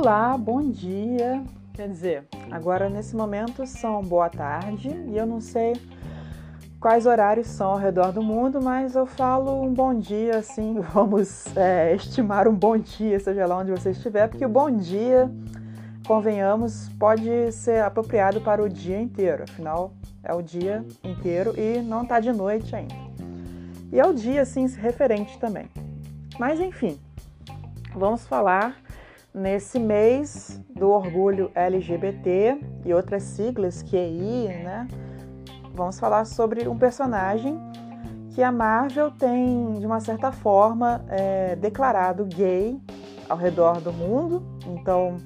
Olá, bom dia. Quer dizer, agora nesse momento são boa tarde e eu não sei quais horários são ao redor do mundo, mas eu falo um bom dia, assim, vamos estimar um bom dia, seja lá onde você estiver, porque o bom dia, convenhamos, pode ser apropriado para o dia inteiro, afinal é o dia inteiro e não está de noite ainda. E é o dia, assim, referente também. Mas enfim, vamos falar nesse mês do orgulho LGBT e outras siglas, QI, né? Vamos falar sobre um personagem que a Marvel tem, de uma certa forma, declarado gay ao redor do mundo. Então,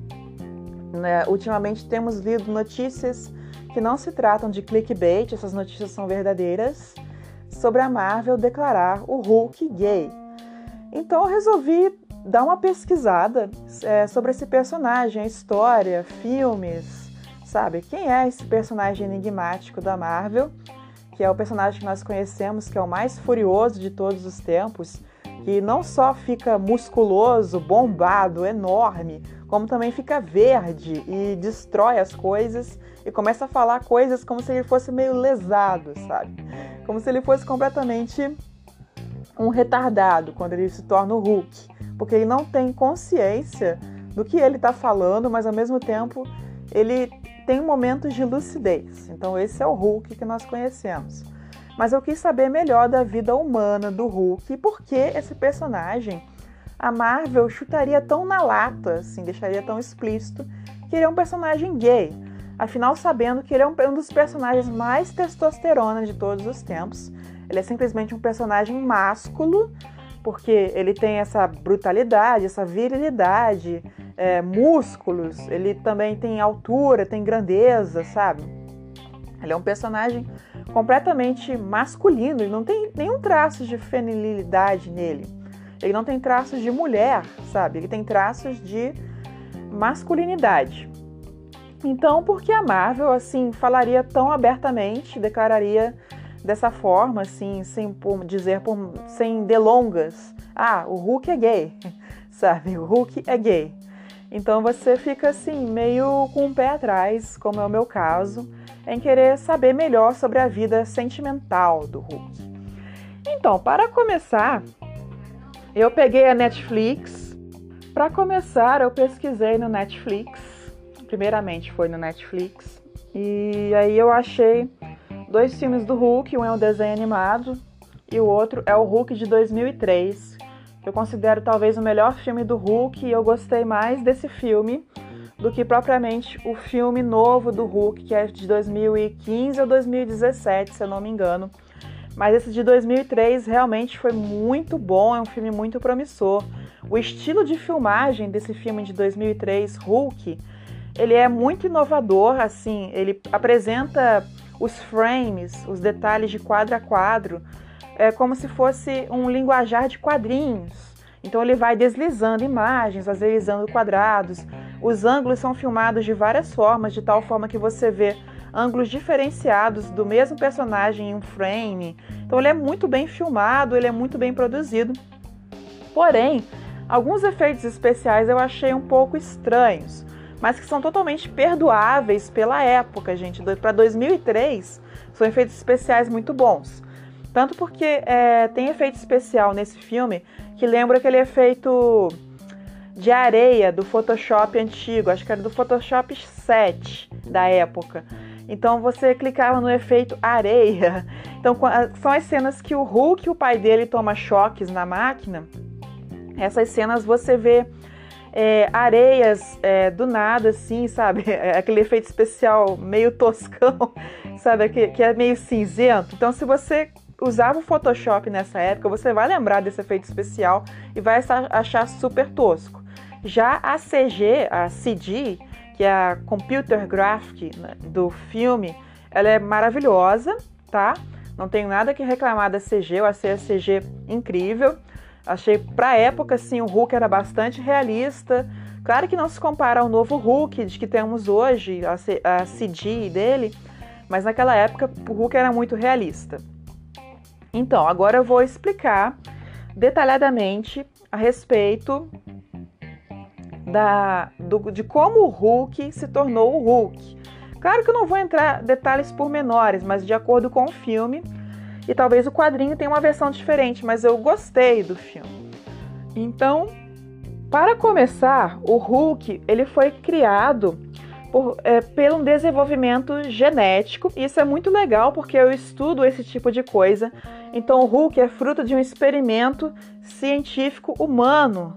né, ultimamente temos lido notícias que não se tratam de clickbait, essas notícias são verdadeiras, sobre a Marvel declarar o Hulk gay. Então eu resolvi dar uma pesquisada sobre esse personagem, a história, filmes, sabe? Quem é esse personagem enigmático da Marvel, que é o personagem que nós conhecemos, que é o mais furioso de todos os tempos, que não só fica musculoso, bombado, enorme, como também fica verde e destrói as coisas e começa a falar coisas como se ele fosse meio lesado, sabe? Como se ele fosse completamente um retardado quando ele se torna o Hulk, porque ele não tem consciência do que ele está falando, mas ao mesmo tempo ele tem momentos de lucidez. Então esse é o Hulk que nós conhecemos. Mas eu quis saber melhor da vida humana do Hulk e por que esse personagem a Marvel chutaria tão na lata, assim, deixaria tão explícito que ele é um personagem gay. Afinal, sabendo que ele é um dos personagens mais testosterona de todos os tempos. Ele é simplesmente um personagem másculo, porque ele tem essa brutalidade, essa virilidade, músculos, ele também tem altura, tem grandeza, sabe? Ele é um personagem completamente masculino, ele não tem nenhum traço de feminilidade nele. Ele não tem traços de mulher, sabe? Ele tem traços de masculinidade. Então, por que a Marvel, assim, falaria tão abertamente, declararia dessa forma, assim, sem delongas? Ah, o Hulk é gay, sabe? O Hulk é gay. Então você fica, assim, meio com o pé atrás, como é o meu caso, em querer saber melhor sobre a vida sentimental do Hulk. Então, para começar, eu peguei a Netflix. Para começar, eu pesquisei no Netflix. Primeiramente foi no Netflix. E aí eu achei 2 filmes do Hulk. Um é um desenho animado e o outro é o Hulk de 2003. Que eu considero talvez o melhor filme do Hulk. E eu gostei mais desse filme do que propriamente o filme novo do Hulk, que é de 2015 ou 2017, se eu não me engano. Mas esse de 2003 realmente foi muito bom, é um filme muito promissor. O estilo de filmagem desse filme de 2003, Hulk, ele é muito inovador, assim, ele apresenta os frames, os detalhes de quadro a quadro, como se fosse um linguajar de quadrinhos. Então ele vai deslizando imagens, às vezes deslizando quadrados. Os ângulos são filmados de várias formas, de tal forma que você vê ângulos diferenciados do mesmo personagem em um frame. Então ele é muito bem filmado, ele é muito bem produzido. Porém, alguns efeitos especiais eu achei um pouco estranhos, mas que são totalmente perdoáveis pela época, gente. Para 2003, são efeitos especiais muito bons. Tanto porque tem efeito especial nesse filme que lembra aquele efeito de areia do Photoshop antigo, acho que era do Photoshop 7 da época. Então você clicava no efeito areia. Então são as cenas que o Hulk e o pai dele toma choques na máquina. Essas cenas você vê areias do nada, assim, sabe? Aquele efeito especial meio toscão, sabe? Que é meio cinzento. Então se você usava o Photoshop nessa época, você vai lembrar desse efeito especial e vai achar super tosco. Já a CG, que é a Computer Graphic, né, do filme, ela é maravilhosa, tá? Não tenho nada que reclamar da CG, eu achei a CG incrível. Achei, pra época, assim, o Hulk era bastante realista. Claro que não se compara ao novo Hulk de que temos hoje, a CG dele, mas naquela época o Hulk era muito realista. Então, agora eu vou explicar detalhadamente a respeito de como o Hulk se tornou o Hulk. Claro que eu não vou entrar em detalhes pormenores, mas de acordo com o filme, e talvez o quadrinho tenha uma versão diferente, mas eu gostei do filme. Então, para começar, o Hulk ele foi criado pelo desenvolvimento genético. E isso é muito legal porque eu estudo esse tipo de coisa. Então o Hulk é fruto de um experimento científico humano.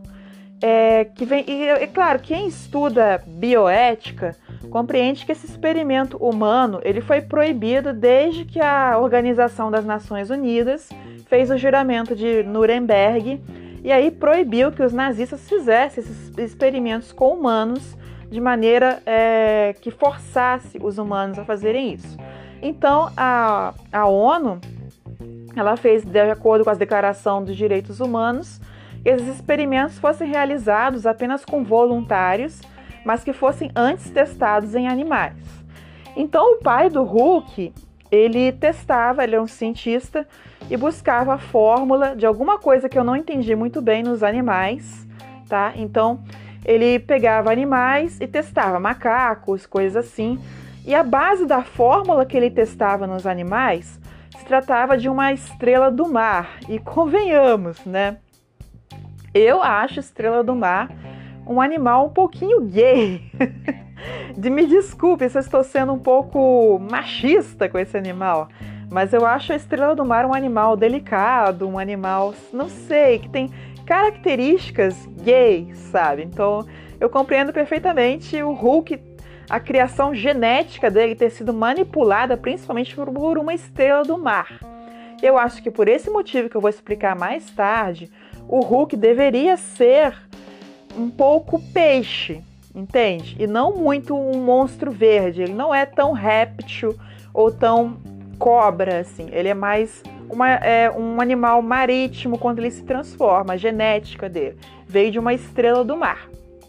Claro, quem estuda bioética compreende que esse experimento humano ele foi proibido desde que a Organização das Nações Unidas fez o juramento de Nuremberg e aí proibiu que os nazistas fizessem esses experimentos com humanos de maneira que forçasse os humanos a fazerem isso. Então a ONU ela fez, de acordo com a Declaração dos Direitos Humanos, que esses experimentos fossem realizados apenas com voluntários, mas que fossem antes testados em animais. Então o pai do Hulk, ele era um cientista e buscava a fórmula de alguma coisa que eu não entendi muito bem nos animais, tá? Então ele pegava animais e testava macacos, coisas assim. E a base da fórmula que ele testava nos animais se tratava de uma estrela do mar. E convenhamos, né? Eu acho estrela do mar um animal um pouquinho gay. Me desculpe se eu estou sendo um pouco machista com esse animal, mas eu acho a estrela do mar um animal delicado, um animal, não sei, que tem características gays, sabe? Então eu compreendo perfeitamente o Hulk, a criação genética dele ter sido manipulada principalmente por uma estrela do mar. Eu acho que por esse motivo que eu vou explicar mais tarde, o Hulk deveria ser um pouco peixe, entende? E não muito um monstro verde. Ele não é tão réptil ou tão cobra, assim. Ele é mais um animal marítimo quando ele se transforma. A genética dele veio de uma estrela do mar.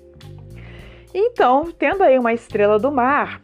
Então, tendo aí uma estrela do mar,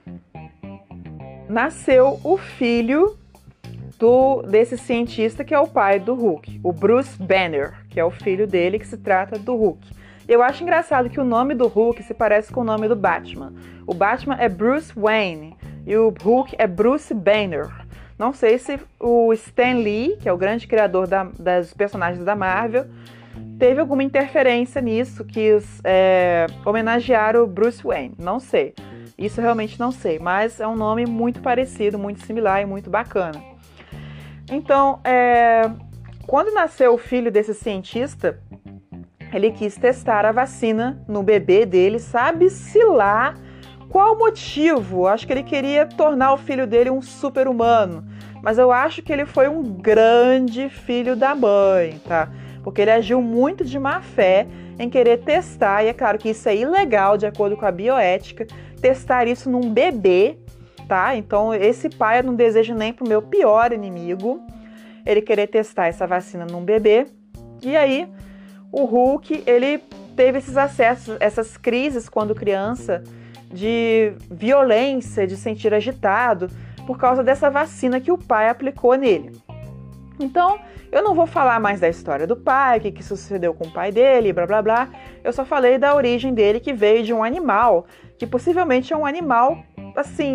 nasceu o filho desse cientista que é o pai do Hulk, o Bruce Banner, que é o filho dele, que se trata do Hulk. Eu acho engraçado que o nome do Hulk se parece com o nome do Batman. O Batman é Bruce Wayne e o Hulk é Bruce Banner. Não sei se o Stan Lee, que é o grande criador das personagens da Marvel, teve alguma interferência nisso, quis homenagear o Bruce Wayne. Não sei. Isso eu realmente não sei, mas é um nome muito parecido, muito similar e muito bacana. Então, quando nasceu o filho desse cientista, ele quis testar a vacina no bebê dele, sabe-se lá qual o motivo. Acho que ele queria tornar o filho dele um super-humano, mas eu acho que ele foi um grande filho da mãe, tá? Porque ele agiu muito de má fé em querer testar, e é claro que isso é ilegal de acordo com a bioética, testar isso num bebê, tá? Então esse pai eu não desejo nem pro meu pior inimigo, ele querer testar essa vacina num bebê. E aí o Hulk, ele teve esses acessos, essas crises quando criança, de violência, de sentir agitado, por causa dessa vacina que o pai aplicou nele. Então, eu não vou falar mais da história do pai, o que sucedeu com o pai dele, blá blá blá. Eu só falei da origem dele, que veio de um animal, que possivelmente é um animal, assim,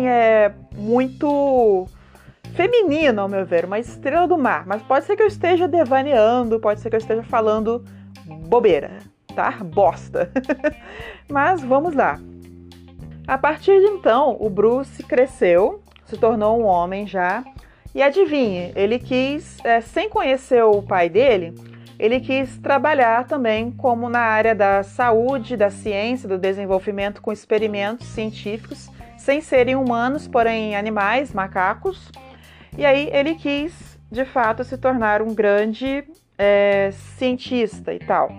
muito feminino, ao meu ver, uma estrela do mar. Mas pode ser que eu esteja devaneando, pode ser que eu esteja falando bobeira, tá? Bosta. Mas vamos lá. A partir de então, o Bruce cresceu, se tornou um homem já. E adivinhe, ele quis, sem conhecer o pai dele, ele quis trabalhar também como na área da saúde, da ciência, do desenvolvimento com experimentos científicos, sem serem humanos, porém animais, macacos. E aí ele quis, de fato, se tornar um grande cientista e tal.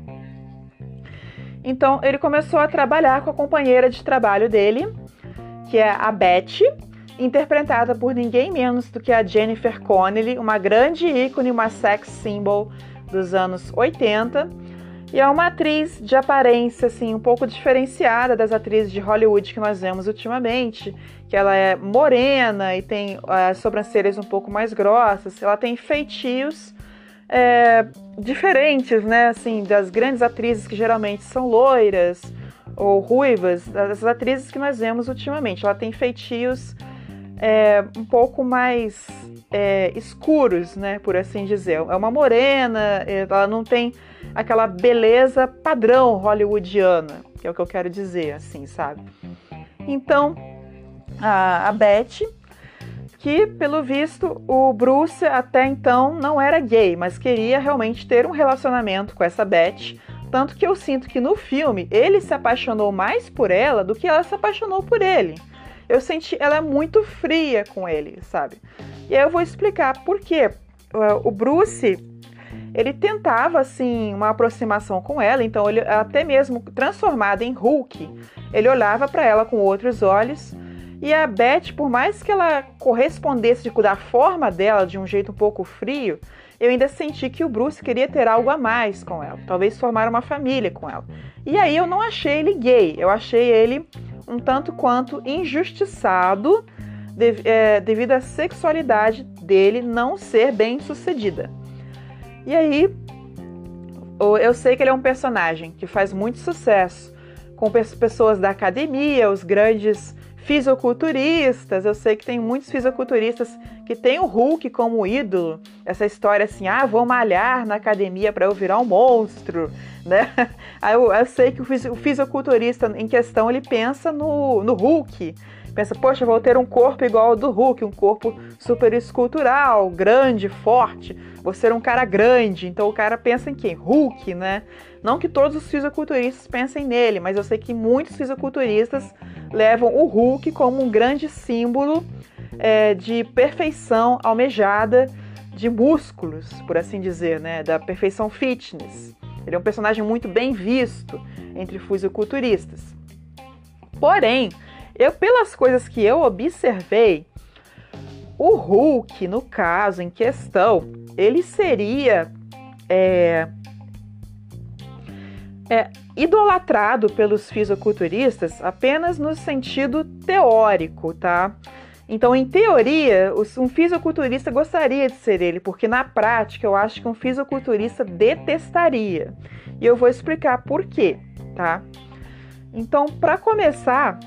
Então ele começou a trabalhar com a companheira de trabalho dele, que é a Betty, interpretada por ninguém menos do que a Jennifer Connelly, uma grande ícone, uma sex symbol dos anos 80. E é uma atriz de aparência assim, um pouco diferenciada das atrizes de Hollywood que nós vemos ultimamente, que ela é morena e tem as sobrancelhas um pouco mais grossas, ela tem feitios diferentes, né, assim, das grandes atrizes que geralmente são loiras, ou ruivas, das atrizes que nós vemos ultimamente. Ela tem feitios um pouco mais escuros, né, por assim dizer. É uma morena, ela não tem aquela beleza padrão hollywoodiana, que é o que eu quero dizer, assim, sabe? Então, a Beth, que pelo visto o Bruce até então não era gay, mas queria realmente ter um relacionamento com essa Beth, tanto que eu sinto que no filme ele se apaixonou mais por ela do que ela se apaixonou por ele. Eu senti ela muito fria com ele, sabe? E aí eu vou explicar por quê. O Bruce, ele tentava, assim, uma aproximação com ela, então ele, até mesmo transformada em Hulk, ele olhava para ela com outros olhos. E a Beth, por mais que ela correspondesse da forma dela, de um jeito um pouco frio, eu ainda senti que o Bruce queria ter algo a mais com ela, talvez formar uma família com ela. E aí eu não achei ele gay, eu achei ele um tanto quanto injustiçado devido à sexualidade dele não ser bem sucedida. E aí, eu sei que ele é um personagem que faz muito sucesso com pessoas da academia, os grandes fisiculturistas. Eu sei que tem muitos fisiculturistas que têm o Hulk como ídolo. Essa história assim, vou malhar na academia para eu virar um monstro, né? Eu sei que o fisiculturista em questão, ele pensa no Hulk. Pensa, poxa, vou ter um corpo igual ao do Hulk, um corpo super escultural, grande, forte. Vou ser um cara grande. Então o cara pensa em quem? Hulk, né? Não que todos os fisiculturistas pensem nele, mas eu sei que muitos fisiculturistas levam o Hulk como um grande símbolo de perfeição almejada, de músculos, por assim dizer, né? Da perfeição fitness. Ele é um personagem muito bem visto entre fisiculturistas. Porém, pelas coisas que eu observei, o Hulk, no caso em questão, ele seria idolatrado pelos fisiculturistas apenas no sentido teórico, tá? Então, em teoria, um fisiculturista gostaria de ser ele, porque na prática eu acho que um fisiculturista detestaria. E eu vou explicar por quê, tá? Então, para começar,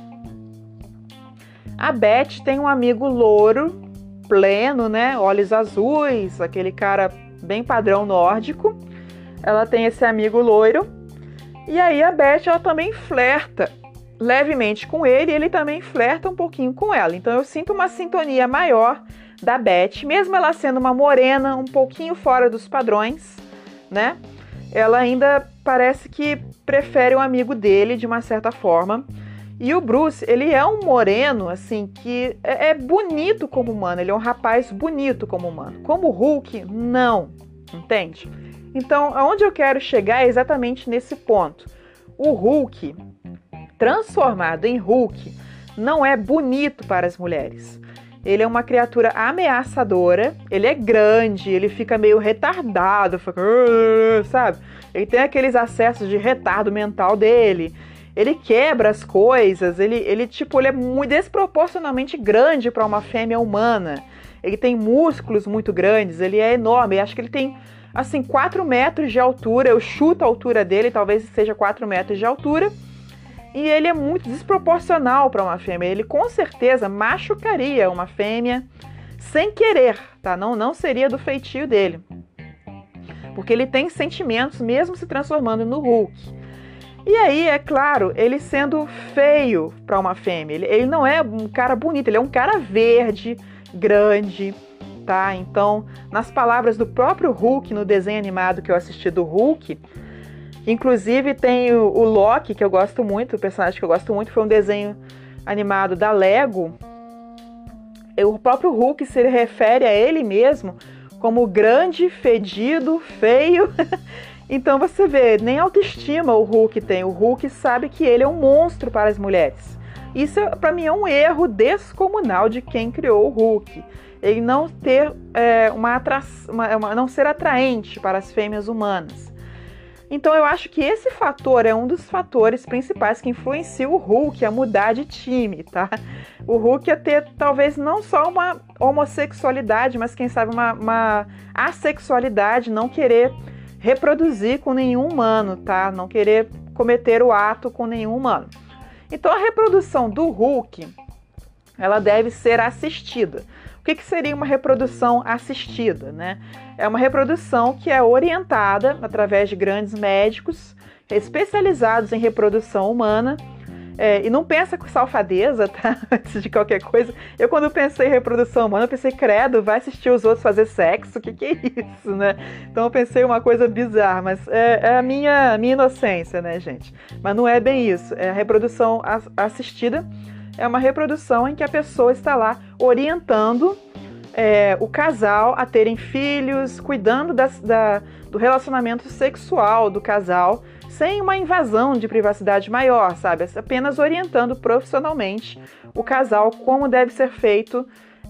a Beth tem um amigo louro, pleno, né? Olhos azuis, aquele cara bem padrão nórdico. Ela tem esse amigo loiro. E aí a Beth, ela também flerta levemente com ele e ele também flerta um pouquinho com ela. Então eu sinto uma sintonia maior da Beth, mesmo ela sendo uma morena um pouquinho fora dos padrões, né? Ela ainda parece que prefere um amigo dele de uma certa forma. E o Bruce, ele é um moreno, assim, que é bonito como humano. Ele é um rapaz bonito como humano. Como o Hulk, não. Entende? Então, aonde eu quero chegar é exatamente nesse ponto. O Hulk, transformado em Hulk, não é bonito para as mulheres. Ele é uma criatura ameaçadora. Ele é grande, ele fica meio retardado, sabe? Ele tem aqueles acessos de retardo mental dele. Ele quebra as coisas, ele é muito desproporcionalmente grande para uma fêmea humana. Ele tem músculos muito grandes, ele é enorme. Eu acho que ele tem, assim, 4 metros de altura. Eu chuto a altura dele, talvez seja 4 metros de altura. E ele é muito desproporcional para uma fêmea. Ele com certeza machucaria uma fêmea sem querer, tá? Não seria do feitio dele. Porque ele tem sentimentos mesmo se transformando no Hulk. E aí, é claro, ele sendo feio para uma fêmea, ele não é um cara bonito, ele é um cara verde, grande, tá? Então, nas palavras do próprio Hulk, no desenho animado que eu assisti do Hulk, inclusive tem o Loki, que eu gosto muito, o personagem que eu gosto muito, foi um desenho animado da Lego. O próprio Hulk se refere a ele mesmo como grande, fedido, feio. Então você vê, nem autoestima o Hulk tem. O Hulk sabe que ele é um monstro para as mulheres. Isso, para mim, é um erro descomunal de quem criou o Hulk. Ele não ter não ser atraente para as fêmeas humanas. Então eu acho que esse fator é um dos fatores principais que influencia o Hulk a mudar de time, tá? O Hulk a ter talvez não só uma homossexualidade, mas quem sabe uma assexualidade, não querer reproduzir com nenhum humano, tá? Não querer cometer o ato com nenhum humano. Então a reprodução do Hulk, ela deve ser assistida. O que seria uma reprodução assistida, né? É uma reprodução que é orientada através de grandes médicos especializados em reprodução humana. E não pensa com safadeza, tá? Antes de qualquer coisa. Eu, quando pensei em reprodução humana, eu pensei, credo, vai assistir os outros fazer sexo? O que é isso, né? Então eu pensei uma coisa bizarra, mas é a minha inocência, né, gente? Mas não é bem isso. A reprodução assistida é uma reprodução em que a pessoa está lá orientando o casal a terem filhos, cuidando do relacionamento sexual do casal, sem uma invasão de privacidade maior, sabe? Apenas orientando profissionalmente o casal como deve ser feito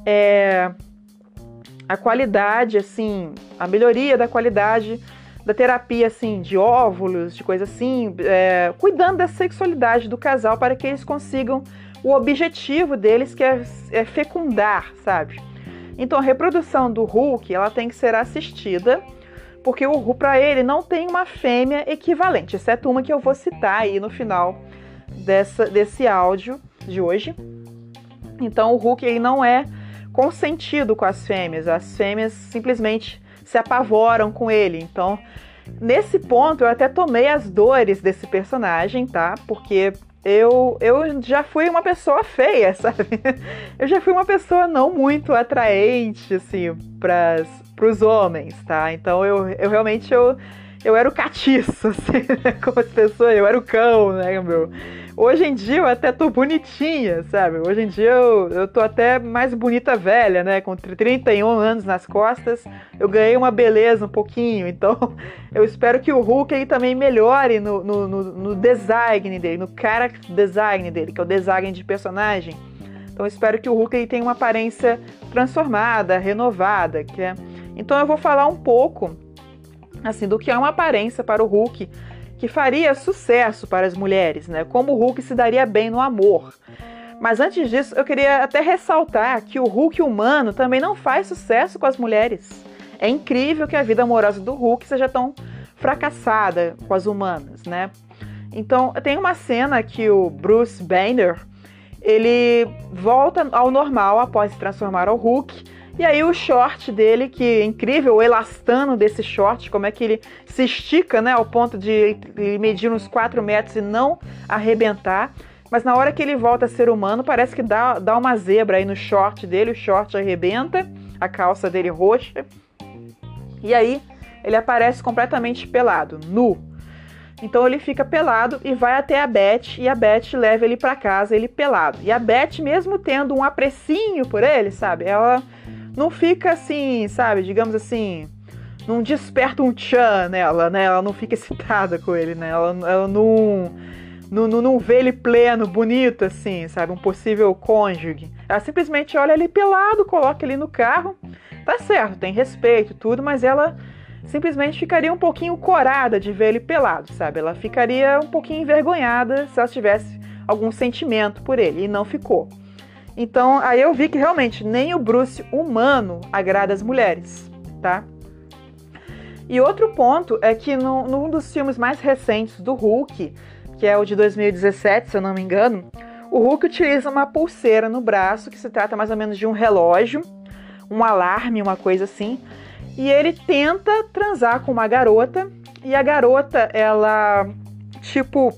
a qualidade, assim, a melhoria da qualidade da terapia, assim, de óvulos, de coisa assim, cuidando da sexualidade do casal para que eles consigam o objetivo deles, que é fecundar, sabe? Então a reprodução do Hulk, ela tem que ser assistida, porque para ele não tem uma fêmea equivalente, exceto uma que eu vou citar aí no final desse áudio de hoje. Então o Hulk ele não é consentido com as fêmeas simplesmente se apavoram com ele. Então, nesse ponto, eu até tomei as dores desse personagem, tá? Porque eu já fui uma pessoa feia, sabe? Eu já fui uma pessoa não muito atraente, assim, pros homens, tá? Então, eu realmente era o catiço, assim, né? Como as pessoas, eu era o cão, né, meu? Hoje em dia eu até tô bonitinha, sabe? Hoje em dia eu tô até mais bonita velha, né? Com 31 anos nas costas, eu ganhei uma beleza um pouquinho. Então, eu espero que o Hulk aí também melhore no design dele, no character design dele, que é o design de personagem. Então, eu espero que o Hulk aí tenha uma aparência transformada, renovada. Então, eu vou falar um pouco assim, do que é uma aparência para o Hulk que faria sucesso para as mulheres, né? Como o Hulk se daria bem no amor. Mas antes disso, eu queria até ressaltar que o Hulk humano também não faz sucesso com as mulheres. É incrível que a vida amorosa do Hulk seja tão fracassada com as humanas, né? Então, tem uma cena que o Bruce Banner, ele volta ao normal após se transformar ao Hulk. E aí o short dele, que é incrível, o elastano desse short, como é que ele se estica, né, ao ponto de medir uns 4 metros e não arrebentar. Mas na hora que ele volta a ser humano, parece que dá uma zebra aí no short dele, o short arrebenta, a calça dele roxa. E aí ele aparece completamente pelado, nu. Então ele fica pelado e vai até a Beth, e a Beth leva ele pra casa, ele pelado. E a Beth, mesmo tendo um aprecinho por ele, sabe, ela não fica assim, sabe, digamos assim, não desperta um tchan nela, né? Ela não fica excitada com ele, né? Ela não vê ele pleno, bonito, assim, sabe, um possível cônjuge. Ela simplesmente olha ele pelado, coloca ele no carro, tá certo, tem respeito, tudo, mas ela simplesmente ficaria um pouquinho corada de ver ele pelado, sabe? Ela ficaria um pouquinho envergonhada se ela tivesse algum sentimento por ele, e não ficou. Então, aí eu vi que realmente nem o Bruce humano agrada as mulheres, tá? E outro ponto é que num dos filmes mais recentes do Hulk, que é o de 2017, se eu não me engano, o Hulk utiliza uma pulseira no braço, que se trata mais ou menos de um relógio, um alarme, uma coisa assim, e ele tenta transar com uma garota, e a garota, ela, tipo,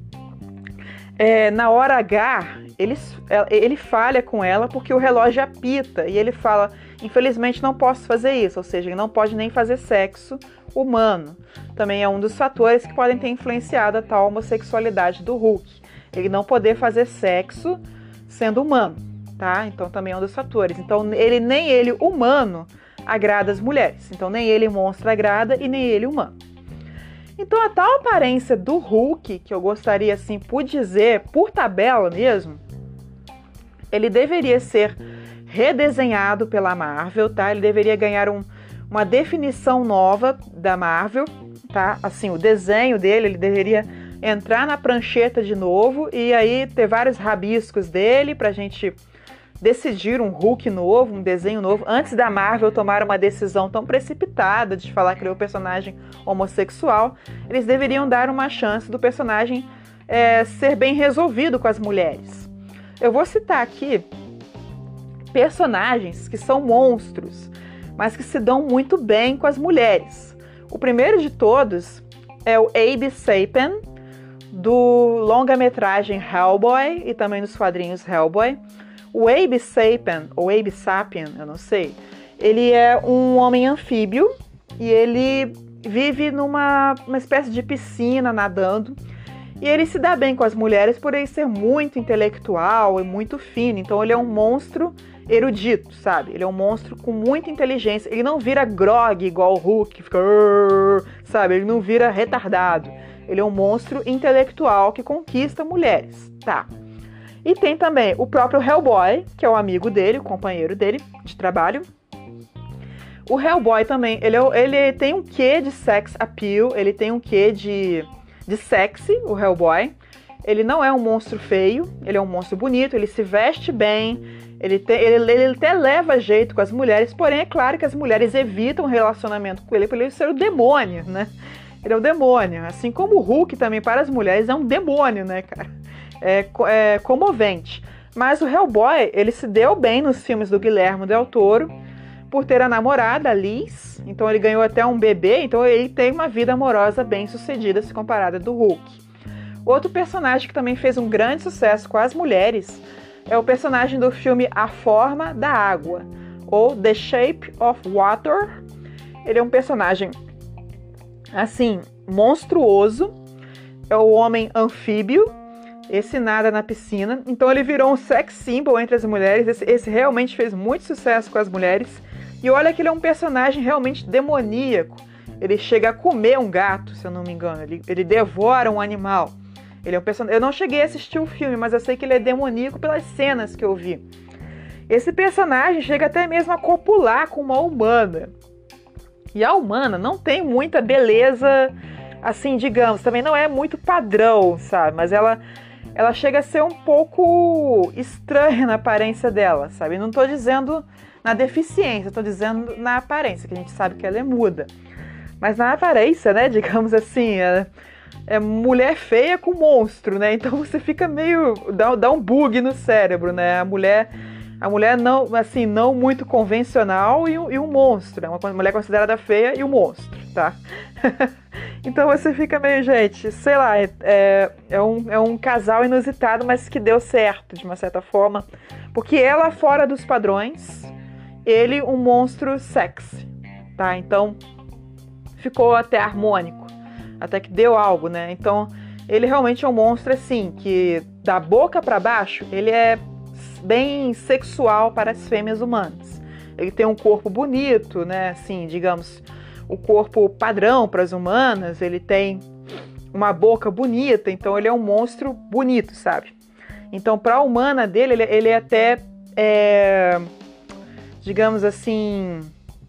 na hora H, ele falha com ela porque o relógio apita, e ele fala, infelizmente não posso fazer isso, ou seja, ele não pode nem fazer sexo humano. Também é um dos fatores que podem ter influenciado a tal homossexualidade do Hulk, ele não poder fazer sexo sendo humano, tá? Então também é um dos fatores. Então nem ele humano agrada as mulheres, então nem ele monstro agrada e nem ele humano. Então a tal aparência do Hulk, que eu gostaria assim por dizer, por tabela mesmo, ele deveria ser redesenhado pela Marvel, tá? Ele deveria ganhar uma definição nova da Marvel, tá? Assim, o desenho dele, ele deveria entrar na prancheta de novo e aí ter vários rabiscos dele pra gente decidir um Hulk novo, um desenho novo, antes da Marvel tomar uma decisão tão precipitada de falar que ele é um personagem homossexual, eles deveriam dar uma chance do personagem ser bem resolvido com as mulheres. Eu vou citar aqui personagens que são monstros, mas que se dão muito bem com as mulheres. O primeiro de todos é o Abe Sapien, do longa-metragem Hellboy e também dos quadrinhos Hellboy. O Abe Sapien, ou Abe Sapien, eu não sei, ele é um homem anfíbio e ele vive numa espécie de piscina nadando. E ele se dá bem com as mulheres por ele ser muito intelectual e muito fino. Então ele é um monstro erudito, sabe? Ele é um monstro com muita inteligência. Ele não vira grog igual o Hulk, fica, sabe? Ele não vira retardado. Ele é um monstro intelectual que conquista mulheres, tá? E tem também o próprio Hellboy, que é o amigo dele, o companheiro dele de trabalho. O Hellboy também, ele tem um quê de sex appeal, ele tem um quê de sexy, o Hellboy. Ele não é um monstro feio, ele é um monstro bonito, ele se veste bem, ele até leva jeito com as mulheres, porém é claro que as mulheres evitam relacionamento com ele por ele ser o demônio, né? Ele é o demônio, assim como o Hulk também para as mulheres é um demônio, né, cara? É comovente. Mas o Hellboy, ele se deu bem nos filmes do Guillermo del Toro, por ter a namorada, a Liz, então ele ganhou até um bebê, então ele tem uma vida amorosa bem sucedida se comparada do Hulk. Outro personagem que também fez um grande sucesso com as mulheres é o personagem do filme A Forma da Água, ou The Shape of Water. Ele é um personagem, assim, monstruoso, é o homem anfíbio, esse nada na piscina, então ele virou um sex symbol entre as mulheres, esse realmente fez muito sucesso com as mulheres. E olha que ele é um personagem realmente demoníaco. Ele chega a comer um gato, se eu não me engano. Ele devora um animal. Ele é um personagem. Eu não cheguei a assistir o filme, mas eu sei que ele é demoníaco pelas cenas que eu vi. Esse personagem chega até mesmo a copular com uma humana. E a humana não tem muita beleza, assim, digamos. Também não é muito padrão, sabe? Mas ela chega a ser um pouco estranha na aparência dela, sabe? Não tô dizendo na deficiência, estou dizendo na aparência, que a gente sabe que ela é muda. Mas na aparência, né, digamos assim, é mulher feia com monstro, né? Então você fica meio... dá um bug no cérebro, né? A mulher não, assim, não muito convencional e um monstro. É uma mulher considerada feia e um monstro, tá? Então você fica meio, gente, sei lá, é um casal inusitado, mas que deu certo, de uma certa forma. Porque ela fora dos padrões... ele um monstro sexy, tá? Então, ficou até harmônico, até que deu algo, né? Então, ele realmente é um monstro, assim, que da boca para baixo, ele é bem sexual para as fêmeas humanas. Ele tem um corpo bonito, né? Assim, digamos, o corpo padrão para as humanas, ele tem uma boca bonita, então ele é um monstro bonito, sabe? Então, para a humana dele, ele é até... digamos assim,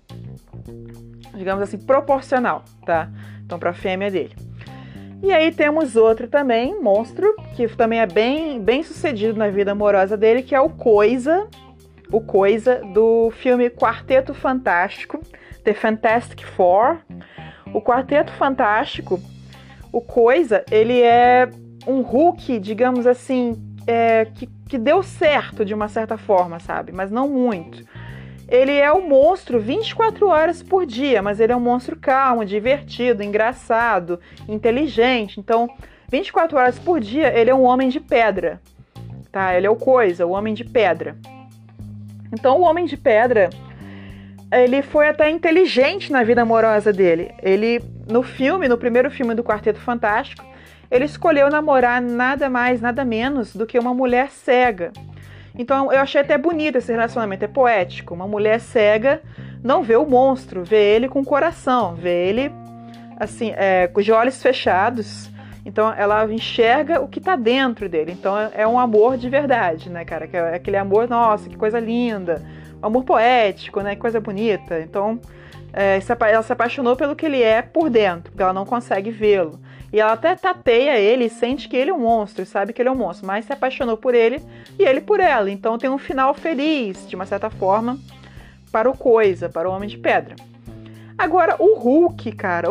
proporcional, tá? Então, para a fêmea dele. E aí temos outro também, monstro, que também é bem sucedido na vida amorosa dele, que é o Coisa, do filme Quarteto Fantástico, The Fantastic Four. O Quarteto Fantástico, o Coisa, ele é um Hulk, digamos assim, que deu certo de uma certa forma, sabe? Mas não muito. Ele é um monstro 24 horas por dia, mas ele é um monstro calmo, divertido, engraçado, inteligente. Então, 24 horas por dia, ele é um homem de pedra, tá? Ele é o Coisa, o homem de pedra. Então, o homem de pedra, ele foi até inteligente na vida amorosa dele. Ele, no primeiro filme do Quarteto Fantástico, ele escolheu namorar nada mais, nada menos do que uma mulher cega. Então, eu achei até bonito esse relacionamento, é poético. Uma mulher cega não vê o monstro, vê ele com o coração, vê ele, assim, com os olhos fechados. Então, ela enxerga o que está dentro dele. Então, é um amor de verdade, né, cara? É aquele amor, nossa, que coisa linda. Um amor poético, né? Que coisa bonita. Então, ela se apaixonou pelo que ele é por dentro, porque ela não consegue vê-lo. E ela até tateia ele e sente que ele é um monstro, sabe que ele é um monstro, mas se apaixonou por ele e ele por ela. Então tem um final feliz, de uma certa forma, para o Homem de Pedra. Agora, o Hulk, cara, o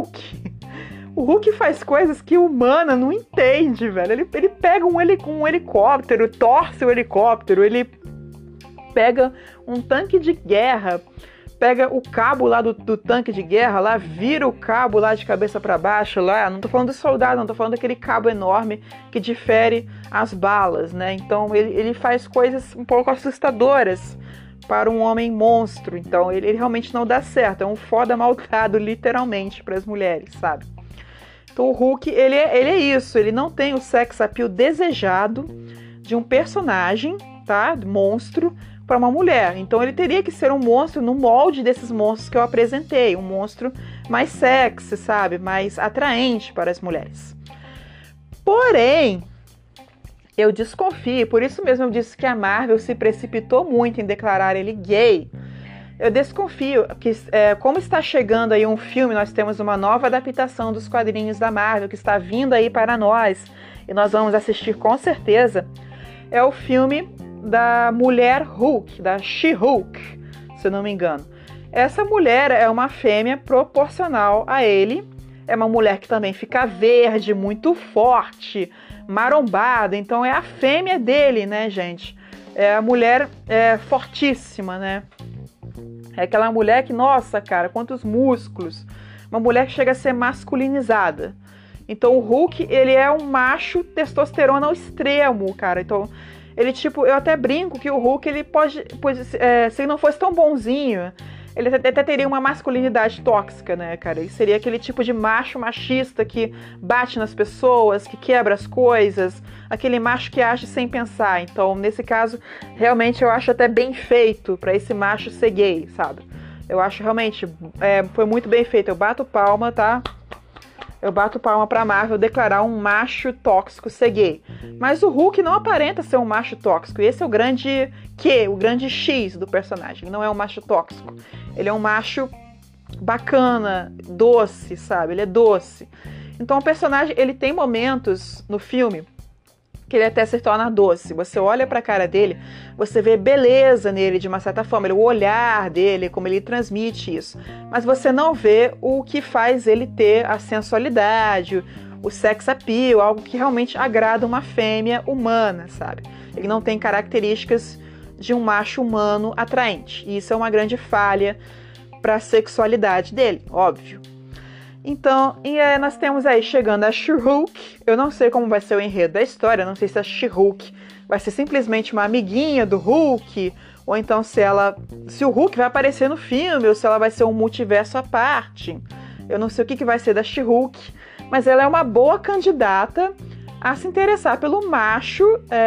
Hulk faz coisas que o humana não entende, velho. Ele pega um helicóptero, torce o helicóptero, ele pega um tanque de guerra, pega o cabo lá do tanque de guerra, lá vira o cabo lá de cabeça para baixo, lá, não tô falando do soldado, não tô falando daquele cabo enorme que difere as balas, né? Então ele faz coisas um pouco assustadoras para um homem monstro, então ele realmente não dá certo, é um foda maltado, literalmente, para as mulheres, sabe? Então o Hulk, ele é isso, ele não tem o sex appeal desejado de um personagem, tá? Monstro, para uma mulher. Então ele teria que ser um monstro no molde desses monstros que eu apresentei, um monstro mais sexy, sabe? Mais atraente para as mulheres. Porém, eu desconfio, por isso mesmo eu disse que a Marvel se precipitou muito em declarar ele gay. Eu desconfio que, como está chegando aí um filme, nós temos uma nova adaptação dos quadrinhos da Marvel que está vindo aí para nós, e nós vamos assistir com certeza, é o filme da mulher Hulk, da She-Hulk, se eu não me engano. Essa mulher é uma fêmea proporcional a ele, é uma mulher que também fica verde, muito forte, marombada, então é a fêmea dele, né, gente? É a mulher fortíssima, né? É aquela mulher que, nossa, cara, quantos músculos. Uma mulher que chega a ser masculinizada. Então o Hulk, ele é um macho testosterona ao extremo, cara. Então, ele tipo, eu até brinco que o Hulk, ele pode se ele não fosse tão bonzinho, ele até teria uma masculinidade tóxica, né, cara? Ele seria aquele tipo de macho machista que bate nas pessoas, que quebra as coisas, aquele macho que age sem pensar. Então, nesse caso, realmente eu acho até bem feito pra esse macho ser gay, sabe? Eu acho realmente, foi muito bem feito. Eu bato palma, tá? Eu bato palma pra Marvel declarar um macho tóxico ser gay. Mas o Hulk não aparenta ser um macho tóxico. E esse é o grande o grande X do personagem. Ele não é um macho tóxico. Ele é um macho bacana, doce, sabe? Ele é doce. Então o personagem, ele tem momentos no filme que ele até se torna doce. Você olha pra cara dele, você vê beleza nele de uma certa forma, o olhar dele, como ele transmite isso. Mas você não vê o que faz ele ter a sensualidade, o sex appeal, algo que realmente agrada uma fêmea humana, sabe? Ele não tem características de um macho humano atraente. E isso é uma grande falha para a sexualidade dele, óbvio. Então, nós temos aí chegando a She-Hulk. Eu não sei como vai ser o enredo da história, não sei se a She-Hulk vai ser simplesmente uma amiguinha do Hulk, ou então se o Hulk vai aparecer no filme, ou se ela vai ser um multiverso à parte. Eu não sei o que vai ser da She-Hulk, mas ela é uma boa candidata a se interessar pelo macho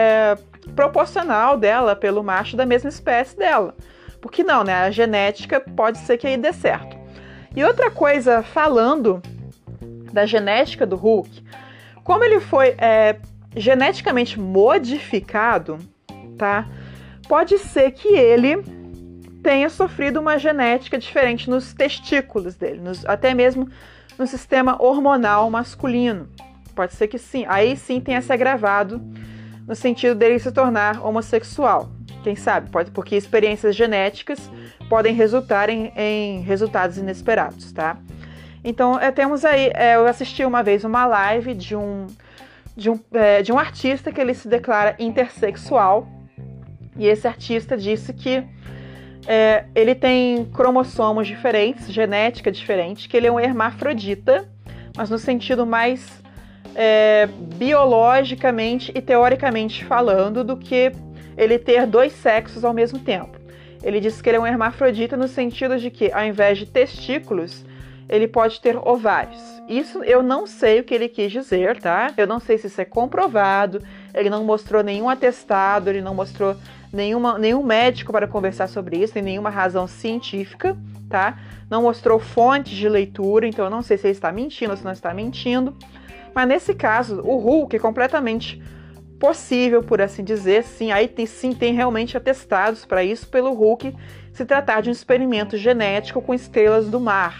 proporcional dela, pelo macho da mesma espécie dela. Por que não, né? A genética pode ser que aí dê certo. E outra coisa, falando da genética do Hulk, como ele foi geneticamente modificado, tá? Pode ser que ele tenha sofrido uma genética diferente nos testículos dele, até mesmo no sistema hormonal masculino. Pode ser que sim. Aí sim tenha se agravado no sentido dele se tornar homossexual. Quem sabe? Porque experiências genéticas podem resultar em resultados inesperados, tá? Então, temos aí... eu assisti uma vez uma live de um artista que ele se declara intersexual. E esse artista disse que ele tem cromossomos diferentes, genética diferente, que ele é um hermafrodita, mas no sentido mais biologicamente e teoricamente falando do que ele ter dois sexos ao mesmo tempo. Ele disse que ele é um hermafrodita no sentido de que, ao invés de testículos, ele pode ter ovários. Isso eu não sei o que ele quis dizer, tá? Eu não sei se isso é comprovado, ele não mostrou nenhum atestado, ele não mostrou nenhum médico para conversar sobre isso, nem nenhuma razão científica, tá? Não mostrou fontes de leitura, então eu não sei se ele está mentindo ou se não está mentindo. Mas nesse caso, o Hulk é completamente possível, por assim dizer, sim. Aí tem realmente atestados para isso pelo Hulk se tratar de um experimento genético com estrelas do mar.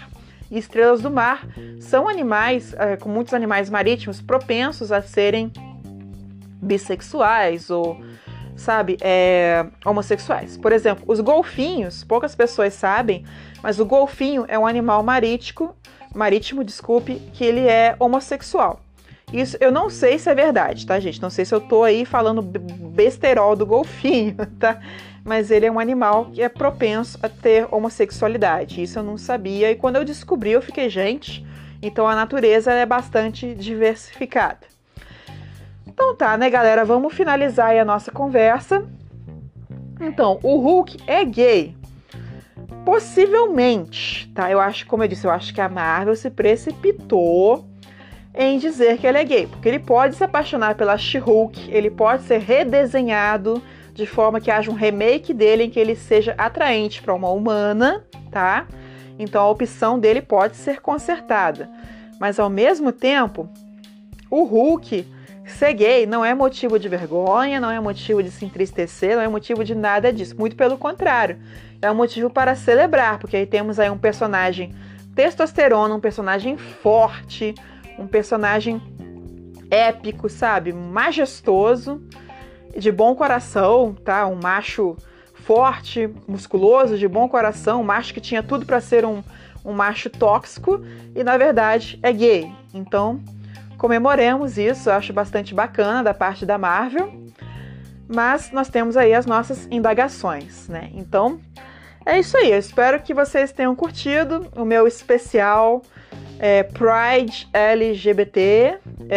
e estrelas do mar são animais, com muitos animais marítimos, propensos a serem bissexuais ou, homossexuais. Por exemplo, os golfinhos, poucas pessoas sabem, mas o golfinho é um animal marítimo, que ele é homossexual. Isso eu não sei se é verdade, tá, gente? Não sei se eu tô aí falando besterol do golfinho, tá? Mas ele é um animal que é propenso a ter homossexualidade. Isso eu não sabia. E quando eu descobri, eu fiquei, gente, então a natureza é bastante diversificada. Então tá, né, galera? Vamos finalizar aí a nossa conversa. Então, o Hulk é gay? Possivelmente, tá? Eu acho, como eu disse, eu acho que a Marvel se precipitou em dizer que ele é gay, porque ele pode se apaixonar pela She-Hulk, ele pode ser redesenhado de forma que haja um remake dele em que ele seja atraente para uma humana, tá? Então a opção dele pode ser consertada. Mas ao mesmo tempo, o Hulk ser gay não é motivo de vergonha, não é motivo de se entristecer, não é motivo de nada disso. Muito pelo contrário, é um motivo para celebrar, porque aí temos aí um personagem testosterona, um personagem forte, um personagem épico, sabe? Majestoso, de bom coração, tá? Um macho forte, musculoso, de bom coração, um macho que tinha tudo para ser um macho tóxico e, na verdade, é gay. Então, comemoremos isso, eu acho bastante bacana da parte da Marvel, mas nós temos aí as nossas indagações, né? Então, é isso aí, eu espero que vocês tenham curtido o meu especial Pride LGBT,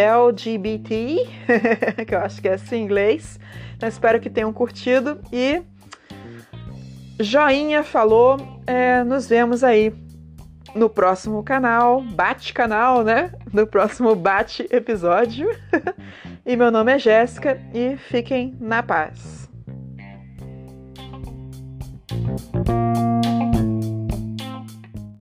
que eu acho que é assim em inglês. Então, espero que tenham curtido e joinha, falou, nos vemos aí no próximo canal, bate-canal, né? No próximo bate-episódio. E meu nome é Jéssica e fiquem na paz.